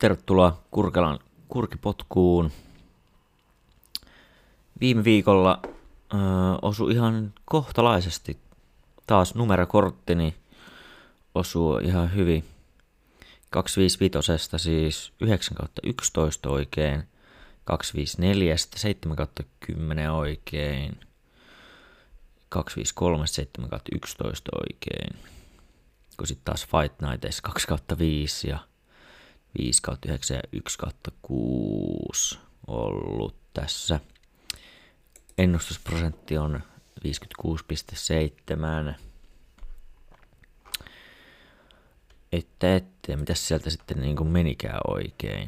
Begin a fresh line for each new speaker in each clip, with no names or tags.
Tervetuloa Kurkelan kurkipotkuun. Viime viikolla osui ihan kohtalaisesti. Taas numerokorttini osuu ihan hyvin. 255 siis 9/11 oikein. 254 7/10 oikein. 253 7/11 oikein. Kun sitten taas Fight Nightissa 2/5 ja 5/9 ja 1/6 ollut tässä. Ennustusprosentti on 56,7. Mitäs sieltä sitten niin kuin menikään oikein?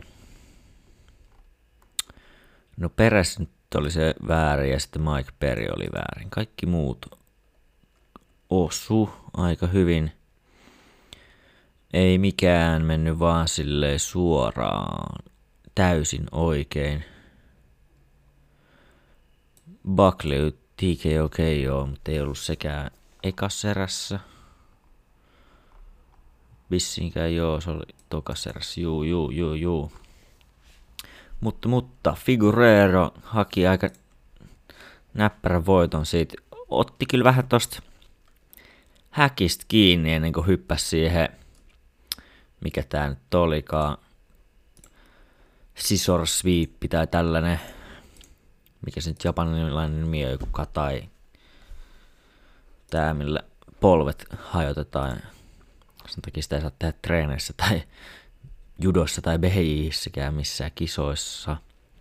No Peres nyt oli se väärin ja sitten Mike Perry oli väärin. Kaikki muut osu aika hyvin. Ei mikään mennyt vaan silleen suoraan täysin oikein. Buckley TKO, mutta ei ollut sekään ekassa erässä. Vissiinkään joo, se oli tokas erässä. Juu. Mutta Figueiredo haki aika näppärän voiton siitä. Otti kyllä vähän tosta häkistä kiinni ennen kuin hyppäsi siihen, mikä tää nyt olikaan, scissor sweep tai tällainen, mikä se nyt japanilainen nimi on, joku katai, tää millä polvet hajotetaan. Sen takia sitä ei saa tehdä treeneissä tai judossa tai BJJissäkään missään kisoissa.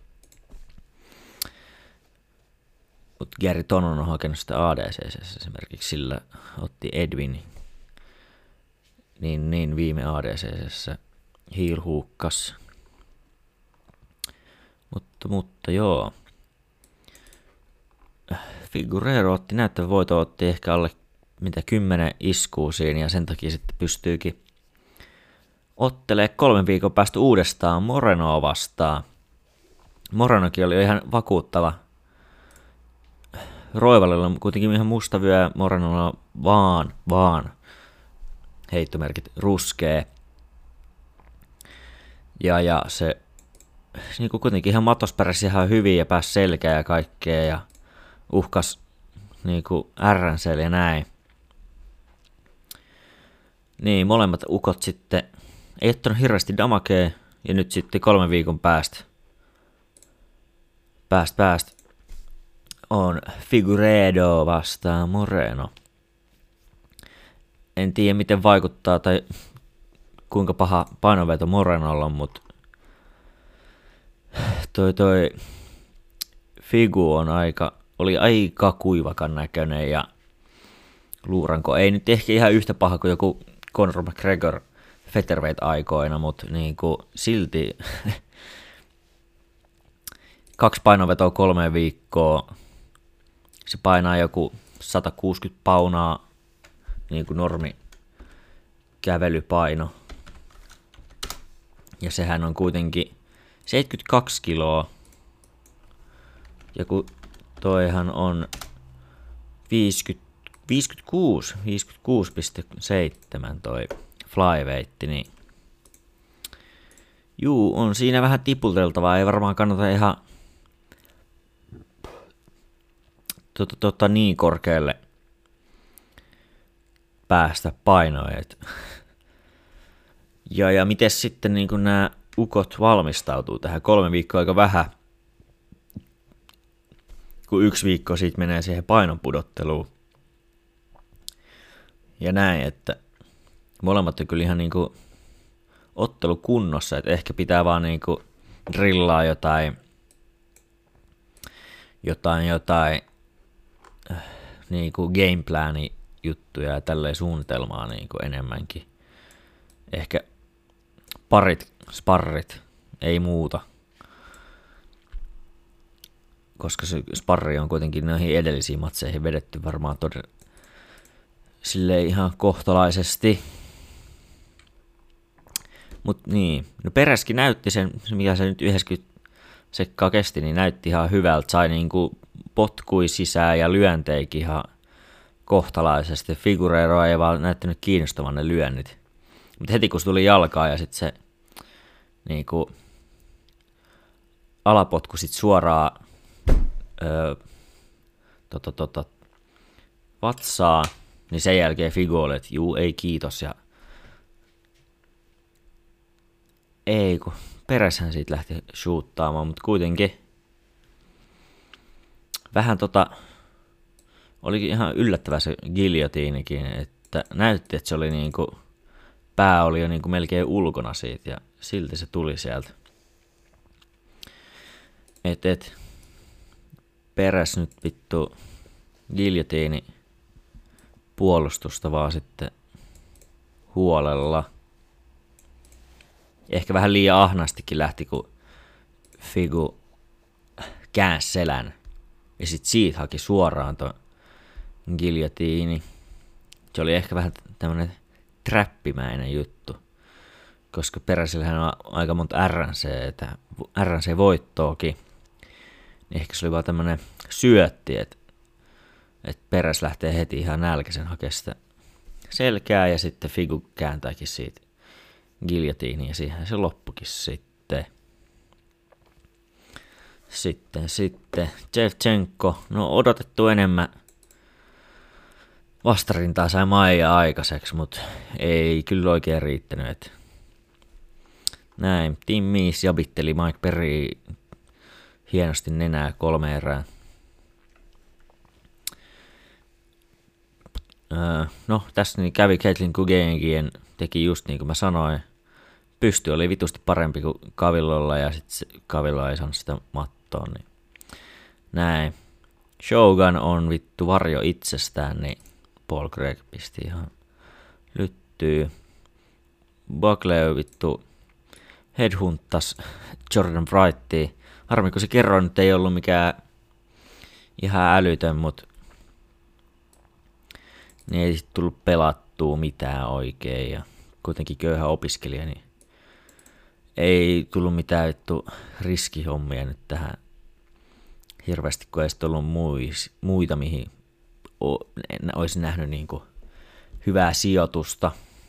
Mutta Gary Tonon on hakenut sitä ADCC esimerkiksi, sillä otti Edwin niin viime ADCCssä heel huukkas. Mutta joo. Figueiredo otti näyttävä voito, otti ehkä alle 10 iskua siinä ja sen takia sitten pystyykin ottelee 3 viikon päästä uudestaan Morenoa vastaan. Morenokin oli ihan vakuuttava. Roivalilla on kuitenkin ihan musta vyö, Morenolla vaan heittomerkit ruskee. Ja se niin kuitenkin ihan matospärjäsi ihan hyvin ja pääsi selkään ja kaikkea ja uhkas niinku RNC:llä ja näin. Niin, molemmat ukot sitten ei ottanut hirveästi damakea ja nyt sitten 3 viikon päästä on Figueiredo vastaan Moreno. En tiedä miten vaikuttaa tai kuinka paha painoveto Morenolla on, mutta toi Figu oli aika kuivakan näköinen ja luuranko ei nyt ehkä ihan yhtä paha kuin joku Conor McGregor featherweight-aikoina, mutta niinku silti 2 painovetoa 3 viikkoa. Se painaa joku 160 paunaa, niinku normi kävelypaino. Ja sehän on kuitenkin 72 kiloa. Ja kun toihan on 56,7 toi flyweight, niin juu, on siinä vähän tiputeltavaa, ei varmaan kannata ihan niin korkealle päästä painoja. Ja miten sitten niin kun nämä ukot valmistautuu tähän 3 viikkoa aika vähän, kun 1 viikko siitä menee siihen painonpudotteluun. Ja näin, että molemmat on kyllä ihan niinku ottelukunnossa, että ehkä pitää vaan niinku drillaa jotain niinku gameplani juttuja ja tälleen suunnitelmaa niinku enemmänkin. Ehkä sparrit, ei muuta. Koska se sparri on kuitenkin noihin edellisiin matseihin vedetty varmaan silleen ihan kohtalaisesti. Mut niin, no Pereskin näytti sen, mikä se nyt 90 sekkaa kesti, niin näytti ihan hyvältä. Sai niinku potkui sisään ja lyönteikin ihan kohtalaisesti. Figueiredo ei vaan näyttänyt kiinnostavan ne lyönnit. Mutta heti kun se tuli jalkaan ja sitten se niinku alapotku sit suoraan vatsaa, niin sen jälkeen Figu oli, että juu, ei kiitos, ja ei, kun Pereshän siitä lähti shoottaamaan, mutta kuitenkin vähän olikin ihan yllättävä se giljotiinikin, että näytti, että se oli niinku, pää oli jo niinku melkein ulkona siitä, ja silti se tuli sieltä. Peres nyt vittu giljotiini puolustusta vaan sitten huolella. Ehkä vähän liian ahnastikin lähti, kun Figu käänsi selän. Ja sit siitä haki suoraan ton giljotiini. Se oli ehkä vähän tämmönen trappimäinen juttu. Koska Peresillähän on aika monta RNC-voittoakin. Niin ehkä se oli vaan tämmönen syötti, että Peres lähtee heti ihan nälkäisen hakemaan sitä selkää. Ja sitten Figu kääntääkin siitä giljotiiniin ja siihen se loppukin sitten. Sitten Shevchenko, no odotettu enemmän vastarintaa sai Maija aikaiseksi, mutta ei kyllä oikein riittänyt. Näin, Tim Mees jabitteli Mike Perry hienosti nenää 3 erää. No, tässä niin kävi Caitlin Kugengian, teki just niin kuin mä sanoin. Pysty oli vitusti parempi kuin Kavillolla ja sitten Kavillo ei saanut sitä mattoon. Niin. Näin. Shogun on vittu varjo itsestään, niin Paul Craig pisti ihan lyttyy. Buckley vittu headhuntas Jordan Wrightia. Harmi, kun se kerro nyt ei ollut mikään ihan älytön, mutta niin ei sit tullut pelattua mitään oikein. Ja kuitenkin köyhä opiskelija, niin ei tullut mitään vittu riskihommia nyt tähän hirveästi, kun ei sit ollut muita, mihin olisi nähnyt niinku hyvää sijoitusta.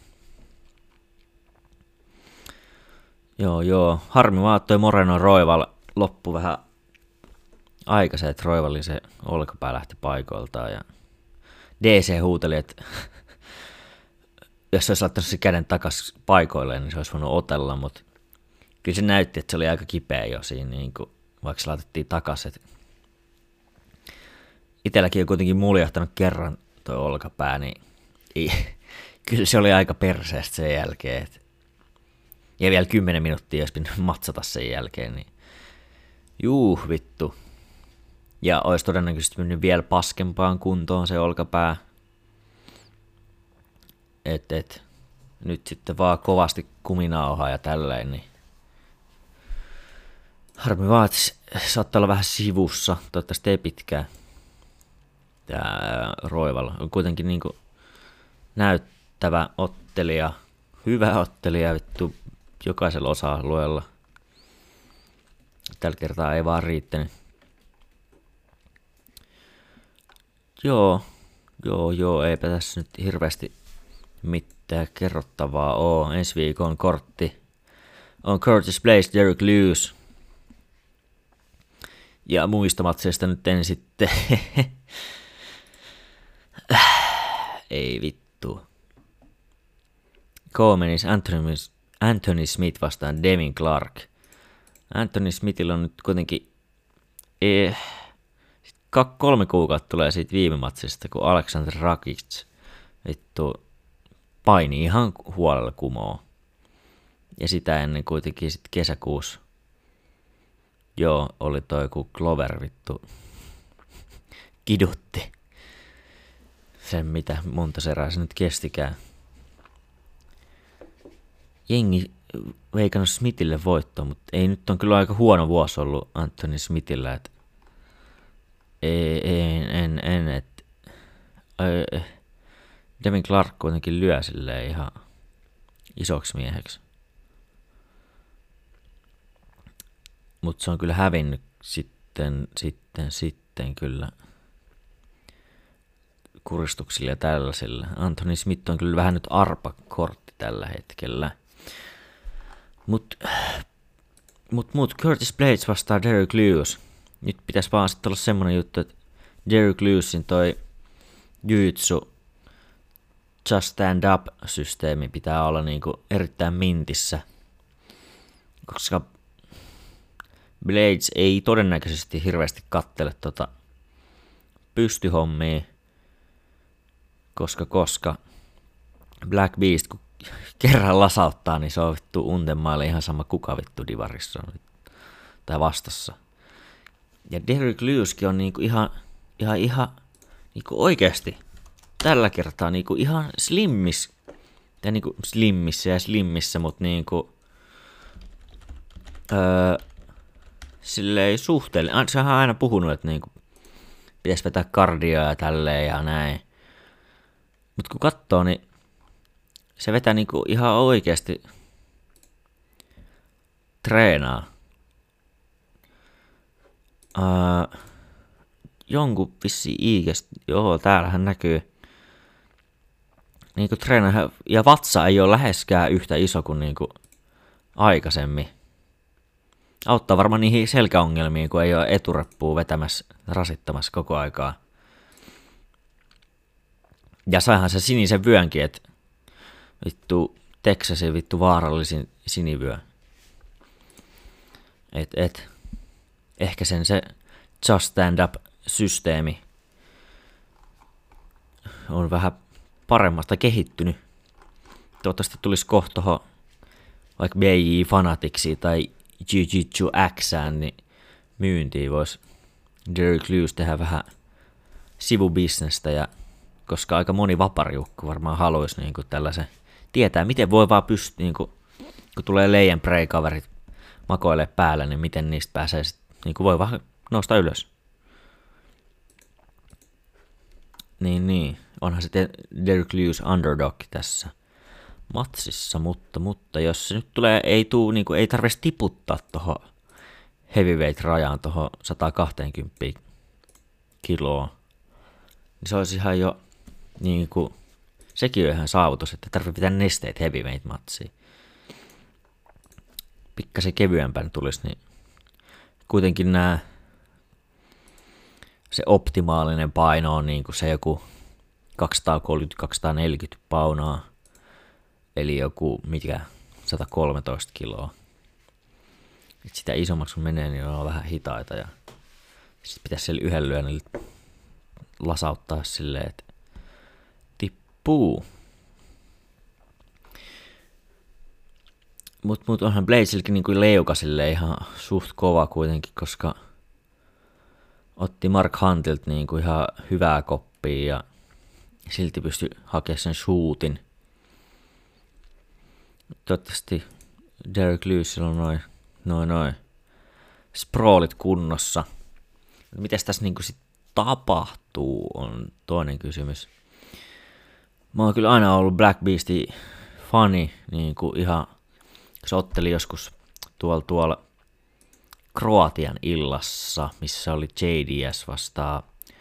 Joo. Harmi vaan, että toi Moreno Roival loppu vähän aikaisin, että Roivalin se olkapää lähti paikoiltaan ja DC huuteli, että jos se olisi laittanut se käden takas paikoilleen, niin se olisi voinut otella, mutta kyllä se näytti, että se oli aika kipeä jo siinä, niin kuin, vaikka se laitettiin takaisin. Itselläkin on kuitenkin muljahtanut kerran tuo olkapää, niin kyllä se oli aika perseestä sen jälkeen. Ja vielä 10 minuuttia olisi pitänyt matsata sen jälkeen, niin vittu. Ja olisi todennäköisesti mennyt vielä paskempaan kuntoon se olkapää. Nyt sitten vaan kovasti kuminauhaa ja tälleen, niin harmi vaan, että saattaa olla vähän sivussa, toivottavasti ei pitkään. Tää Roival on kuitenkin niinku näyttävä ottelija, hyvä ottelija vittu jokaisella osa-alueella. Tällä kertaa ei vaan riittänyt. Joo, eipä tässä nyt hirveästi mitään kerrottavaa oo. Ensi viikon kortti on Curtis Blaze, Derek Lewis. Ja muista matseista nyt en sitten. Ei vittu. Komenis Anthony Smith vastaan Devin Clark. Anthony Smithillä on nyt kuitenkin 3 kuukautta tulee siitä viime matsista, kun Alexander Rakic vittu paini ihan huolella kumoo. Ja sitä ennen kuitenkin sitten kesäkuussa oli toi kun Glover vittu kidutti sen mitä monta serää se nyt kestikään. Jengi veikannut Smithille voittoa, mutta ei nyt on kyllä aika huono vuosi ollut Anthony Smithillä, että Devin Clark kuitenkin lyö silleen ihan isoksi mieheksi. Mutta se on kyllä hävinnyt sitten kyllä kuristuksille ja tällaisille. Anthony Smith on kyllä vähän nyt arpakortti tällä hetkellä. Mut Curtis Blades vastaa Derrick Lewis. Nyt pitäisi vaan sitten olla semmonen juttu, että Derrick Lewisin toi Jiu-Jitsu Just Stand Up-systeemi pitää olla niinku erittäin mintissä, koska Blades ei todennäköisesti hirveästi kattele pystyhommia, koska Black Beast kun kerran lasauttaa, niin se on vittu Untenmaille ihan sama kuka vittu divarissa on tai vastassa. Ja Derrick Lewiskin on niinku ihan niinku oikeesti tällä kertaa niinku ihan slimmissä, mut niinku silleen suhteellinen. Sehän on aina puhunut, että niinku pitäisi vetää kardioa ja tälleen ja näin. Mut kun katsoo, niin se vetää niinku ihan oikeesti treenaa. Jonkun vissi iikestä, joo, täällähän näkyy. Niinku treenaa, ja vatsa ei ole läheskään yhtä iso kuin niinku aikaisemmin. Auttaa varmaan niihin selkäongelmiin, kun ei ole eturappua vetämässä, rasittamassa koko aikaa. Ja saihan se sinisen vyönkin, että vittu Texasin vittu vaarallisin sinivyö. Ehkä se Just Stand Up-systeemi on vähän paremmasta kehittynyt. Toivottavasti tulisi kohta tohon vaikka BJ Fanatiksi tai Jiu-Jitsu Xään, niin myyntiin voisi Derrick Lewis tehdä vähän sivubisnestä, ja koska aika moni vapariukko varmaan haluaisi niinku tällaisen tietää, miten voi vaan pystyä, niinku, kun tulee Leyen Prey-kaverit makoilee päällä, niin miten niistä pääsee niinku voi vaan nousta ylös. Niin. Onhan sitten Derrick Lewis underdog tässä matsissa, mutta jos se nyt tulee, ei tarvitsisi tiputtaa tuohon heavyweight-rajaan tuohon 120 kiloa, niin se olisi ihan jo niinku, sekin on ihan saavutus, että tarvitsee pitää nesteet heavyweight-matsiin. Pikkasen kevyempään tulisi, niin kuitenkin se optimaalinen paino on niinku se joku 230-240 paunaa, eli joku 113 kiloa. Et sitä isommaksi kun menee, niin on vähän hitaita, ja sitten pitäisi siellä yhden lyönnillä lasauttaa silleen, että tippuu. Mut onhan Bladesilläkin niinku leuka silleen ihan suht kova kuitenkin, koska otti Mark Huntilt niinku ihan hyvää koppia ja silti pystyi hakemaan sen shootin. Toivottavasti Derrick Lewisilla on noin sprawlit kunnossa. Mitäs tässä niinku sit tapahtuu on toinen kysymys. Mä oon kyllä aina ollut Black Beastin fani, niinku ihan, se otteli joskus tuolla Kroatian illassa, missä oli JDS vastaan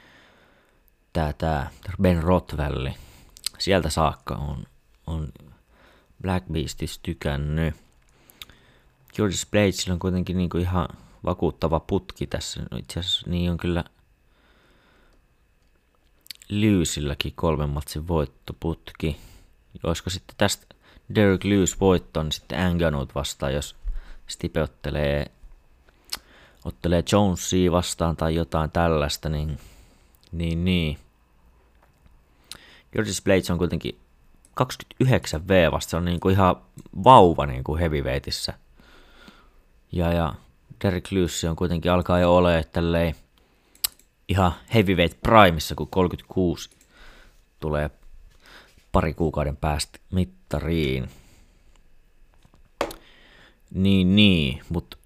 tää Ben Rothwell. Sieltä saakka on Black Beastista tykännyt. Curtis Bladesilla on kuitenkin niinku ihan vakuuttava putki tässä. No itse asiassa niin on kyllä Lewisilläkin 3 matsin voittoputki. Olisiko sitten tästä Derrick Lewis voittoon, niin sitten Ngannout vastaan, jos Stipe ottelee Jonesia vastaan tai jotain tällaista, niin. Curtis Blades on kuitenkin 29V vasta, se on niinku ihan vauva niinku heavyweightissä. Ja Derrick Lewis on kuitenkin alkaa jo olemaan tälleen ihan heavyweight primissa, kun 36 tulee pari kuukauden päästä mittariin. Niin,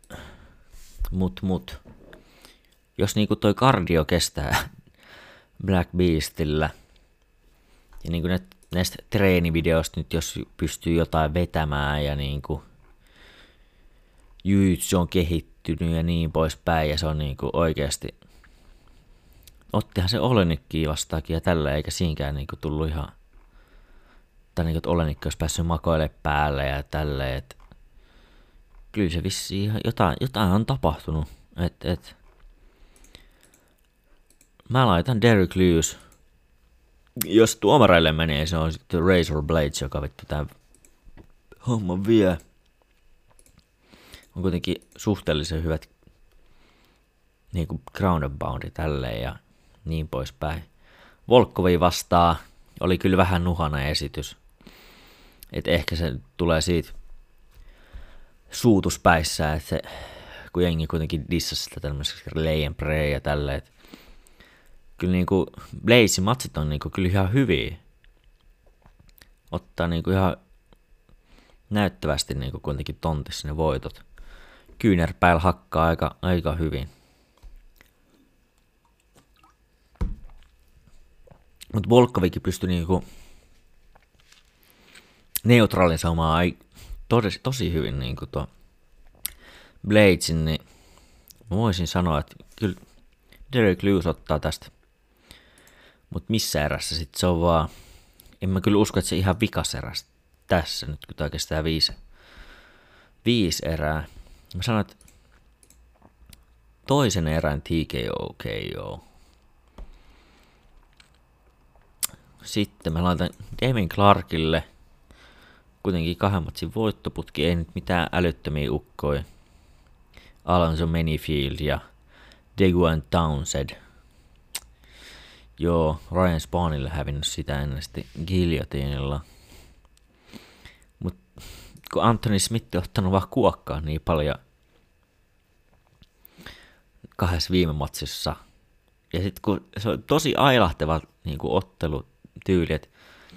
mut. Jos niinku toi kardio kestää Black Beastillä, ja niinku näistä treenivideoista nyt, jos pystyy jotain vetämään, ja niinku jiu-jitsu on kehittynyt ja niin poispäin, ja se on niinku oikeasti, ottihan se Olenikkiin vastaakin ja tällä, eikä siinkään niinku tullut ihan, tai niinku, että Olenikki olisi päässyt makoilemaan päälle ja tälleen, että kyllä se vissiin ihan jotain on tapahtunut. Mä laitan Derrick Lewis. Jos tuomareille menee, se on sitten Razor Blades, joka vittu tää homma vie. On kuitenkin suhteellisen hyvät niinku ground and boundi tälleen ja niin poispäin. Volkovi vastaa oli kyllä vähän nuhana esitys. Et ehkä se tulee siitä suutuspäissä, että se, kun jengi kuitenkin dissasi sitä tämmöiseksi lay and pray ja tälleen. Kyllä niinku Blazein matsit on niinku kyllä ihan hyviä. Ottaa niinku ihan näyttävästi niinku kuitenkin tontissa ne voitot. Kyynärpäillä hakkaa aika hyvin. Mut Volkovikin pystyi niinku neutralisoimaan tosi hyvin niinku tuo Bladesin, niin mä voisin sanoa, että kyllä Derrick Lewis ottaa tästä. Mut missä erässä sit se on vaan, en mä kyllä usko, että se ihan vikas erässä tässä nyt, kun tää kestää 5 erää. Mä sanon, että toisen erän TKO. Sitten mä laitan Devin Clarkille. Kuitenkin 2 matsin voittoputki, ei nyt mitään älyttömiä ukkoja. Alonso Manyfield ja Deguan Townsend. Joo, Ryan Spawnille hävinnyt sitä ennen sitten Guillotinella. Mut kun Anthony Smith on ottanut vaan kuokkaa niin paljon 2 viime matsissa. Ja sit kun se on tosi ailahteva niinku ottelutyyli, että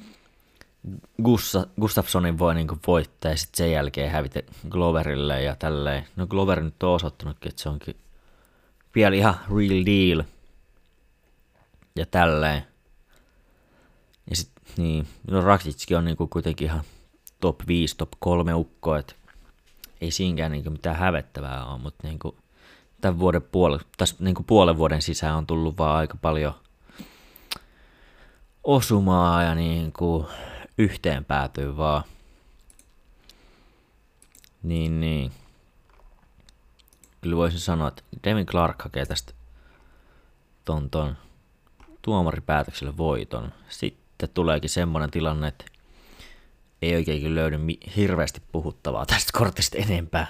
Gustafssonin voi niinku voittaa ja sitten sen jälkeen hävitä Gloverille ja tälleen. No Glover nyt on osoittanutkin, että se onkin vielä ihan real deal. Ja tälleen. Ja sit niin, no Rakitskin on niinku kuitenkin ihan top 5, top 3 ukko, et ei siinäkään niinku mitään hävettävää ole, mutta niinku tämän vuoden niinku puolen vuoden sisään on tullut vaan aika paljon osumaa ja niinku yhteen päätyy vaan. Niin. Kyllä voisin sanoa, että Devin Clark hakee tästä ton tuomaripäätökselle voiton. Sitten tuleekin semmoinen tilanne, että ei oikein kyllä löydy hirveästi puhuttavaa tästä kortista enempää.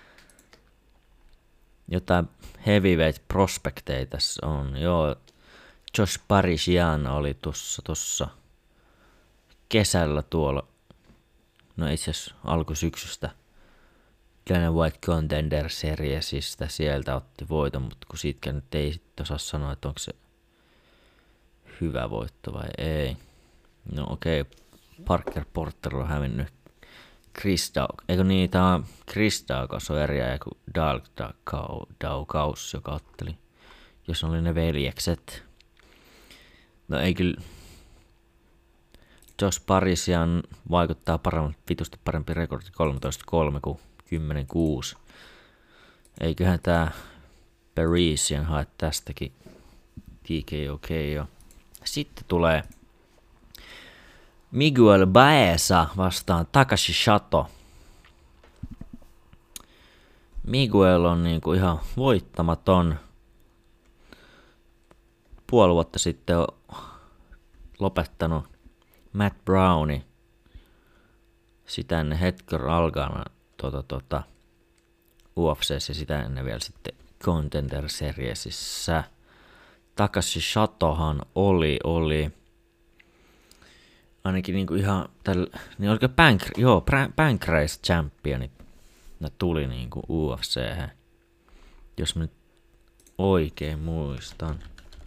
Jotain heavyweight prospekteja tässä on. Joo, Josh Parisian oli tuossa kesällä tuolla, no itse asiassa alkusyksystä Dana White Contender Seriesistä sieltä otti voiton, mutta kun siitäkään nyt ei sit osaa sanoa, että onko se hyvä voitto vai ei. No okei, Parker Porter on hävinnyt Chris Daukaus on eri ajan kuin Daukaus, joka otteli, jos oli ne veljekset. No ei kyllä, Josh Parisian vaikuttaa vitusti parempi rekordi 13-3 kuin 10-6. Eiköhän tää Parisian hae tästäkin TKO. Sitten tulee Miguel Baeza vastaan Takashi Sato. Miguel on niinku ihan voittamaton. Puoli vuotta sitten on lopettanut Matt Browni. Sitä ennen Hedger Algana UFC:ssä ja sitä ennen vielä sitten Contender Seriesissä. Takashi Satohan oli ainakin niinku ihan niin oliko Pancrase Championit ne tuli niinku UFC:hän. Jos mä nyt oikein muistan.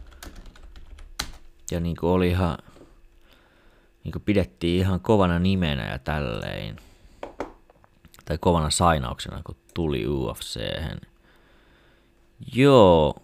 Ja niinku oli ihan niinku pidettiin ihan kovana nimenä ja tälleen. Tai kovana sainauksena kun tuli UFC:hän. Joo.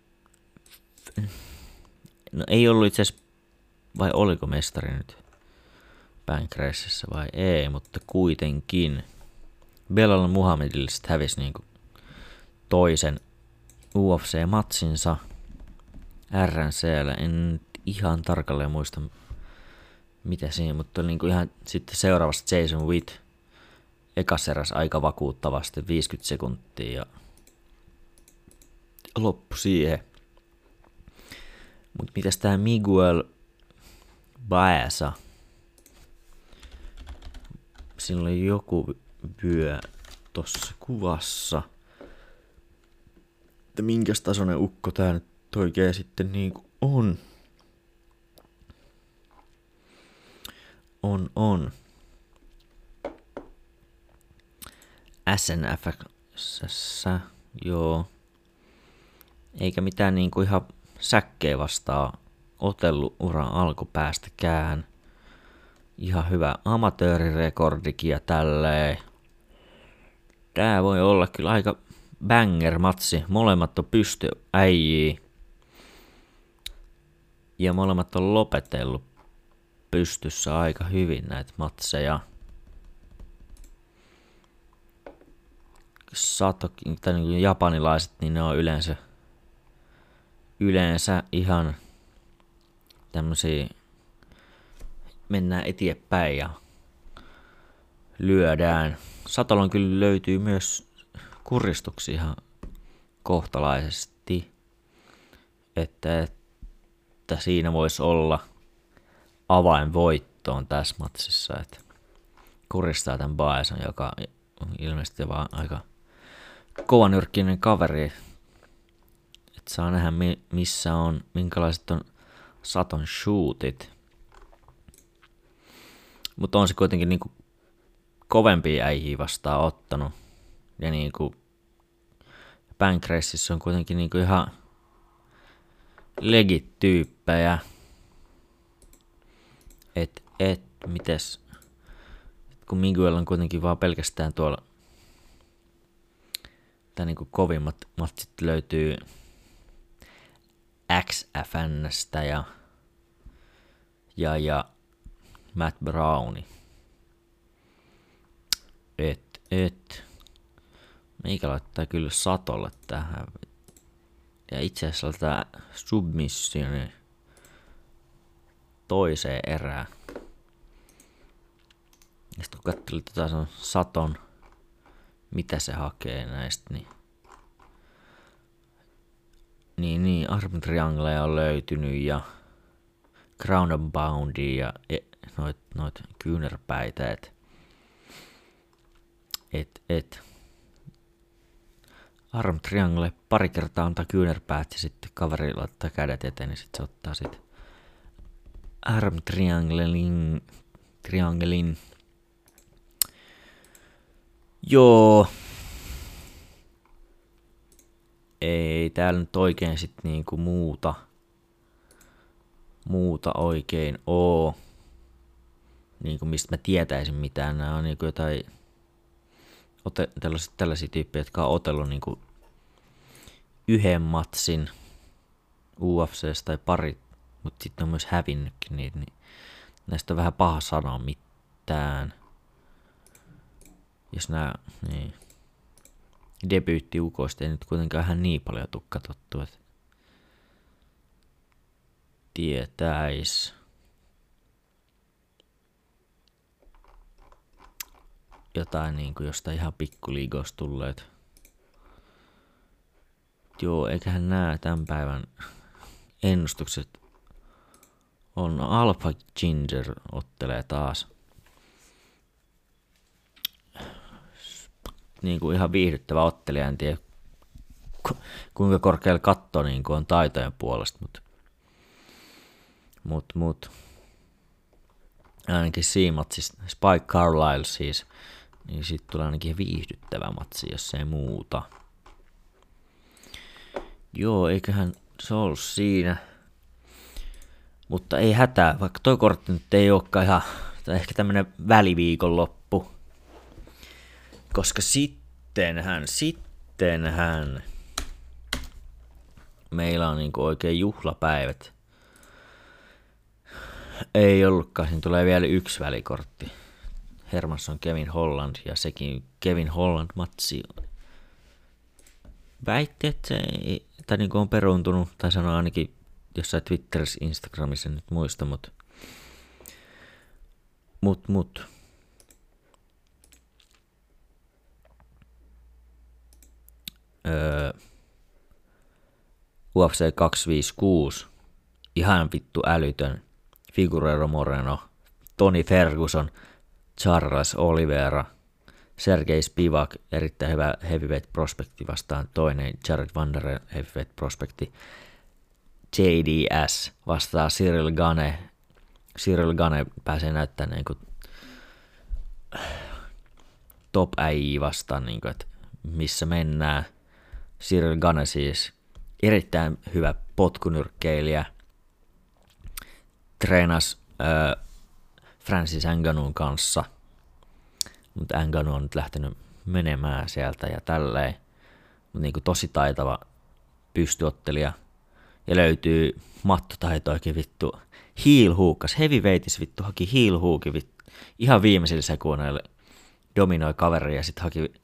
No ei ollut itse asiassa, vai oliko mestari nyt Pancrasessa vai ei, mutta kuitenkin. Belal Muhammedille sitten hävisi niinku toisen UFC-matsinsa RNC:llä. En ihan tarkalleen muista mitä siinä, mutta oli niinku ihan sitten seuraavasta Jason Witt ekas eräs aika vakuuttavasti 50 sekuntia ja loppu siihen. Mut mitäs tää Miguel Baeza? Sillä oli joku vyö tossa kuvassa. Että minkäs tasoinen ukko tää nyt oikein sitten niinku on. On. SNF:ssä, joo. Eikä mitään niinku ihan säkkejä vastaa otellut uran alkupäästäkään. Ihan hyvä amatöörirekordikin ja tälleen. Tää voi olla kyllä aika banger-matsi. Molemmat on pystyaijia. Ja molemmat on lopetellut pystyssä aika hyvin näitä matseja. Satokin, tai niin kuin japanilaiset, niin ne on yleensä ihan tämmösiä, mennään eteenpäin ja lyödään. Satolla kyllä löytyy myös kuristuksia ihan kohtalaisesti, että siinä voisi olla avain voittoon tässä matsissa, että kuristaa tämän Baezan, joka on ilmeisesti vaan aika kovanyrkkinen kaveri, että saa nähdä missä on, minkälaiset on Saton shootit, mutta on se kuitenkin niinku kovempia äijiä vastaan ottanut, ja niinku Pancrasessa on kuitenkin niinku ihan legit tyyppejä, mites, kun Miguel on kuitenkin vaan pelkästään tuolla, tai niinku kovimmat matsit löytyy XFNstä ja Matt Browni. Meikä laittaa kyllä Satolle tähän. Ja itse asiassa tää submissioni toiseen erään. Ja sit kun katselin tätä Saton, mitä se hakee näistä, niin arm triangleja on löytynyt ja ground and boundia ja noit kyynärpäitä, arm triangle pari kertaa antaa kyynärpäät ja sitten kaveri laittaa kädet eteen, niin sitten se ottaa sit arm triangelin. Joo. Ei täällä nyt oikein sit niinku muuta oikein oo. Niinku mistä mä tietäisin mitään. Nää on niinku jotain tällaisia tyyppejä, jotka on otellut niinku yhden matsin UFC:stä tai pari, mutta sitten on myös hävinnytkin niitä, niin näistä on vähän paha sanoa mitään. Jos nää niin debyyttiukoista ei nyt kuitenkaan ihan niin paljon tuu katsottu, että tietäis. Jotain niinku jostain ihan pikkuliigoista tulleet. Joo, eiköhän nää tämän päivän ennustukset on. Alpha Ginger ottelee taas. Niinku ihan viihdyttävä ottelija, en tiedä kuinka korkealla katto niinku on taitojen puolesta, mut ainakin siinä matsissa Spike Carlyle siis, niin siitä tulee ainakin viihdyttävä matsi, jos ei muuta. Joo, eiköhän se ollut siinä. Mutta ei hätää, vaikka toi kortti nyt ei olekaan ihan, tai ehkä tämmönen väliviikonloppu. Koska sittenhän meillä on niinku oikein juhlapäivät. Ei ollutkaan, siinä tulee vielä yksi välikortti. Hermansson Kevin Holland ja sekin Kevin Holland-matsi väitti, että se ei, tai niinku on peruuntunut, tai sanoo ainakin jossain Twitterissä, Instagramissa, en nyt muista, mut. UFC 256, ihan vittu älytön, Figueiredo Moreno, Tony Ferguson, Charles Oliveira, Sergei Spivak, erittäin hyvä heavyweight prospekti vastaan toinen, Jared Vanderer, heavyweight prospekti, JDS vastaa Cyril Gane. Cyril Gane pääsee näyttämään niin kuin top-äijii vastaan, niin kuin, että missä mennään. Cyril Gane siis erittäin hyvä potkunyrkkeilijä. Treenasi Francis Ngannou'n kanssa, mutta Ngannou on nyt lähtenyt menemään sieltä ja tälleen. Mutta niin kuin tosi taitava pystyottelija. Ja löytyy mattotaitoikin vittu. Heel hookas, heavyweightis vittu haki heel hookin vittu. Ihan viimeisillä sekunneilla dominoi kaveri ja sitten haki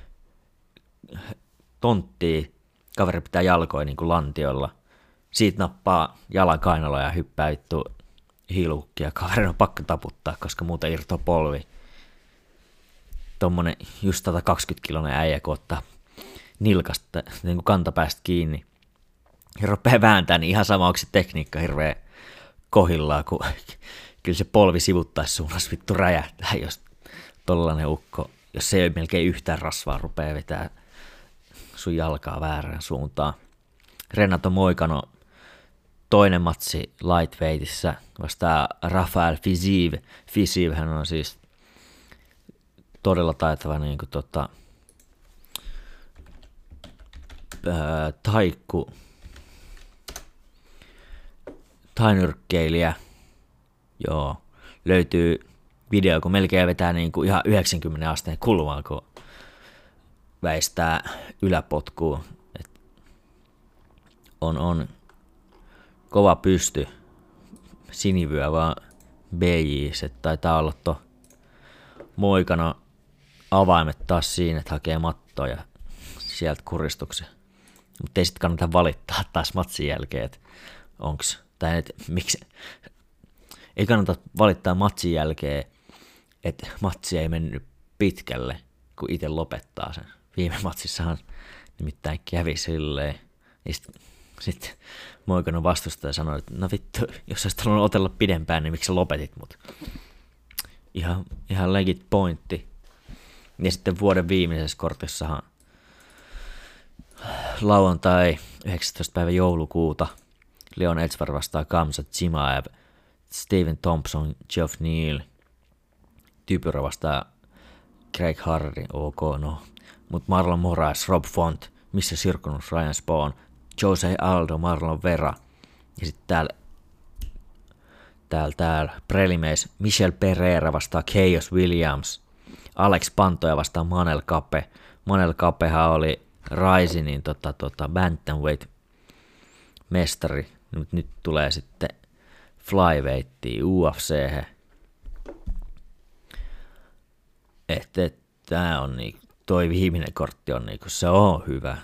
tonttia. Kaveri pitää jalkoja niin kuin lantiolla. Siitä nappaa jalan kainaloa ja hyppää vittu heel hookia. Kaverin on pakko taputtaa, koska muuta irtoaa polvi. Tommonen just 120-kiloinen äijä, kun ottaa nilkasta niin kuin kantapäästä kiinni. Ja rupeaa vääntämään, niin ihan sama onko se tekniikka hirveä kohillaan, kun kyllä se polvi sivuttaisi suunnassa vittu räjähtää, jos tollainen ukko, jos se ei melkein yhtään rasvaa, rupeaa vetää sun jalkaa väärään suuntaan. Renato Moicano, toinen matsi lightweightissä, vastaa Rafael Fiziev. Fiziev, hän on siis todella taitava niin kuin tainyrkkeilijä. Joo, löytyy video, kun melkein vetää niin kuin ihan 90 asteen kulmaan, kun väistää yläpotkuun. On kova pysty, sinivyö vaan BJ, se taitaa olla Moicano avaimet taas siinä, että hakee mattoa ja sieltä kuristuksen. Mutta ei sitten kannata valittaa taas matsin jälkeen, että onks, tai et, miksi, ei kannata valittaa matsin jälkeen, että matsi ei mennyt pitkälle, kun itse lopettaa sen. Viime matsissahan nimittäin kävi silleen, ja sitten Moicano vastustaja sanoi, että no vittu, jos olisit halunnut otella pidempään, niin miksi sä lopetit mut? Ihan legit pointti. Ja sitten vuoden viimeisessä kortissahan lauantai 19. päivä joulukuuta Leon Edward vastaa Khamzat Chimaev, Steven Thompson, Geoff Neal, Typyrä vastaa Craig Hardy, ok no, mutta Marlon Moraes, Rob Font, missä Sirkunus, Ryan Spawn, Jose Aldo, Marlon Vera ja sitten täällä prelimeis Michel Pereira vastaa Keyos Williams, Alex Pantoja vastaa Manel Kape. Manel Kapehan oli Risingin bantamweight mestari. Nyt tulee sitten flyweightiin UFC:hen. Tää on niinku, toi viimeinen kortti on niinku, se on hyvä.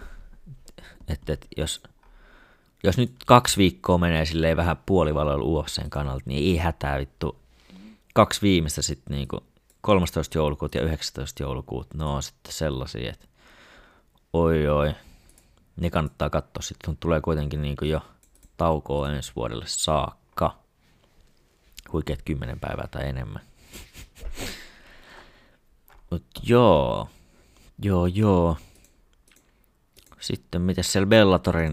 Jos nyt 2 viikkoa menee silleen vähän puolivaloilla UFC:n kannalta, niin ei hätää vittu. 2 viimeistä sitten niinku 13. joulukuuta ja 19. joulukuuta, no on sitten sellaisia, että oi, ne kannattaa katsoa, sitten tulee kuitenkin niinku jo taukoa ensi vuodelle saakka, huikeat 10 päivää tai enemmän. Mut joo. Sitten mitäs siellä Bellatorin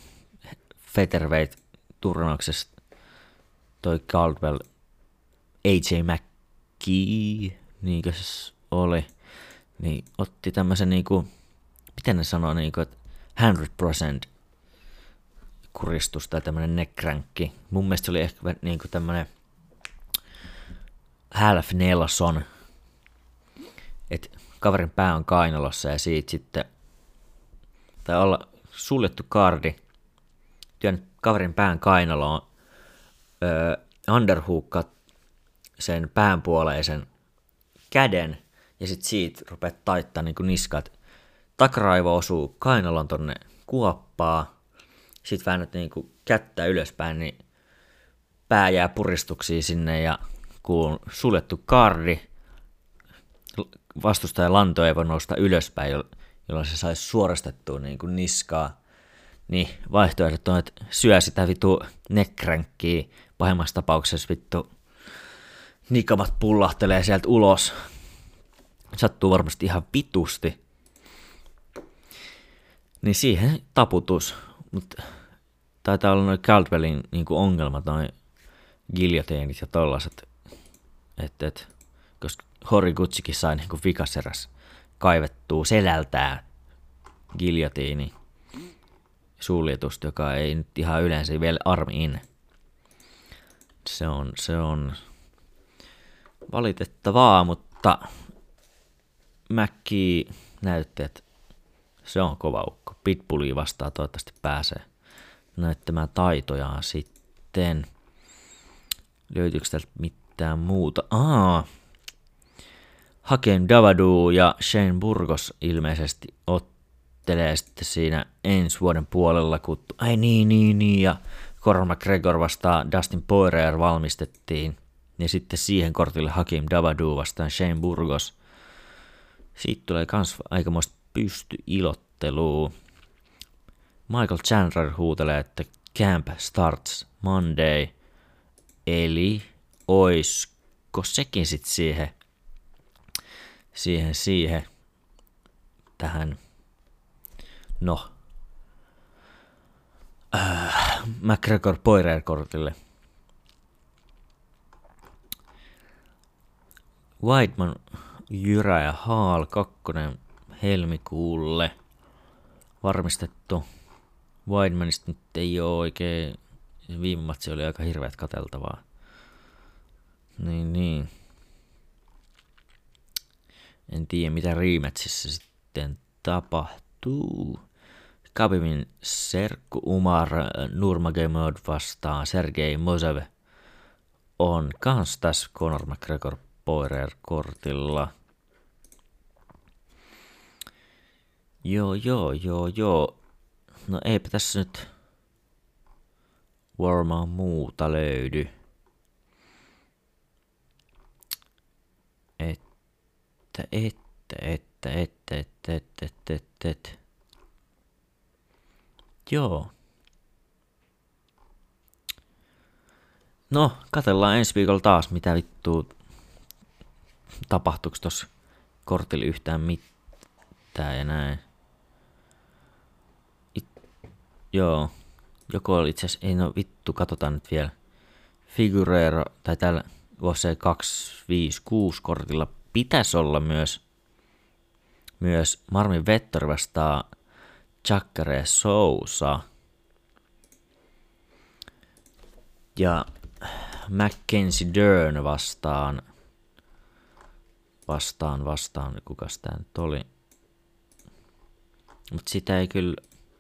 featherweight-turnauksessa toi Caldwell AJ McKee, niinkö se oli, niin otti tämmösen niinku, miten ne sanoo niinku, että 100% kuristus tai tämmönen neckcrankki. Mun mielestä se oli ehkä niinku tämmönen half Nelson, että kaverin pää on kainalossa ja siitä sitten, tai olla suljettu kardi, työnnät kaverin pään kainaloon, underhookkat sen päänpuoleisen käden ja sitten siitä rupeat taittaa niin niskat. Takaraivo osuu kainalon tonne kuoppaa, sitten väännät niin kättä ylöspäin, niin pää jää puristuksiin sinne ja kun on suljettu kardi, vastustajan lanto ei voi nousta ylöspäin, jolloin se saisi suorastettua niin kuin niskaa. Niin vaihtoehdot on, että syö sitä vitu neckränkkiä, pahimmassa tapauksessa vittu nikamat pullahtelee sieltä ulos. Sattuu varmasti ihan vitusti. Niin siihen taputus. Mutta taitaa olla noin Caldwellin niinku ongelmat, noin giljoteenit ja tollaset. Koska Horiguchikin sai niinku vikaseräs kaivettua selältään giljotiini suljetusta, joka ei nyt ihan yleensä vielä armi in. Se on valitettavaa, mutta Mäkki näytti, että se on kova ukko. Pitbullia vastaan toivottavasti pääsee näyttämään taitojaan sitten. Löytyykö täältä mitään muuta? Hakeem Dawodu ja Shane Burgos ilmeisesti ottelee sitten siinä ensi vuoden puolella, kun ja Conor McGregor vastaan Dustin Poirier valmistettiin. Ja sitten siihen kortille Hakeem Dawodu vastaan Shane Burgos. Siitä tulee kans aikamoista pystyilottelua. Michael Chandler huutelee, että camp starts Monday. Eli oisko sekin sitten siihen tähän McGregor Poirier kortille. Weidman, Jyrä ja Hall 2. helmikuulle varmistettu. Weidmanista nyt ei ole oikein, viime matsi oli aika hirveät katseltavaa. Niin. En tiedä mitä rematchissa sitten tapahtuu. Khabibin serkku Umar Nurmagomedov vastaan Sergei Mosev on kans tässä Conor McGregor Poirier kortilla. Joo. No eipä tässä nyt varmaan muuta löydy. Joo. No, katsellaan ensi viikolla taas, mitä vittua tapahtuuko tossa kortilla yhtään mitään ja näin. Joo. Joko oli itse asiassa, ei no vittu, katsotaan nyt vielä. Figueroa, tai täällä UFC 256 kortilla pitäisi olla myös Marvin Vettori vastaan Jacare Sousa. Ja Mackenzie Dern vastaan, kukas tää nyt oli. Mut sitä ei kyllä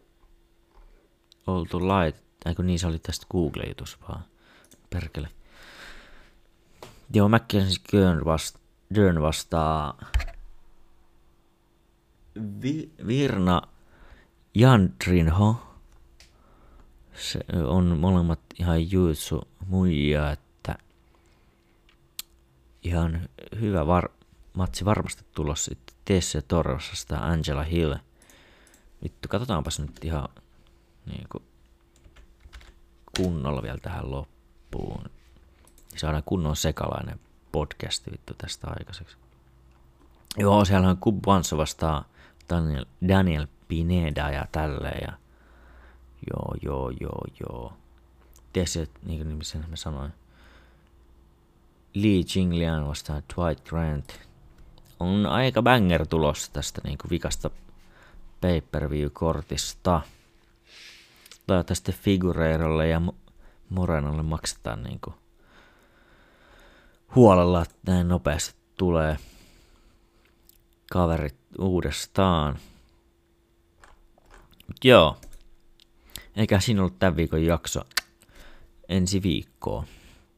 oltu kun niin se oli tästä Google-jutussa vaan. Perkele. Joo, Mackenzie Dern vastaa Virna Jandrinho. Se on molemmat ihan jutsu muijia, että ihan hyvä matsi varmasti tulossa sitten TC Torrosasta Angela Hill. Vittu, katsotaanpas nyt ihan niinku kunnolla vielä tähän loppuun. Saadaan kunnon sekalainen podcasti vittu tästä aikaiseksi. Joo, siellä on Cub Wanso vastaan Daniel Pineda ja tälleen. Ja joo. Tiedätkö, niin kuin missä mä sanoin. Li Jingliang vastaan Dwight Grant. On aika banger tulossa tästä niin kuin vikasta pay-per-view-kortista. Toivottavasti Figueiredolle ja Morenolle maksetaan niin kuin huolella, että näin nopeasti tulee kaverit uudestaan. Mut joo. Eikä siinä ollut tämän viikon jakso. Ensi viikkoon.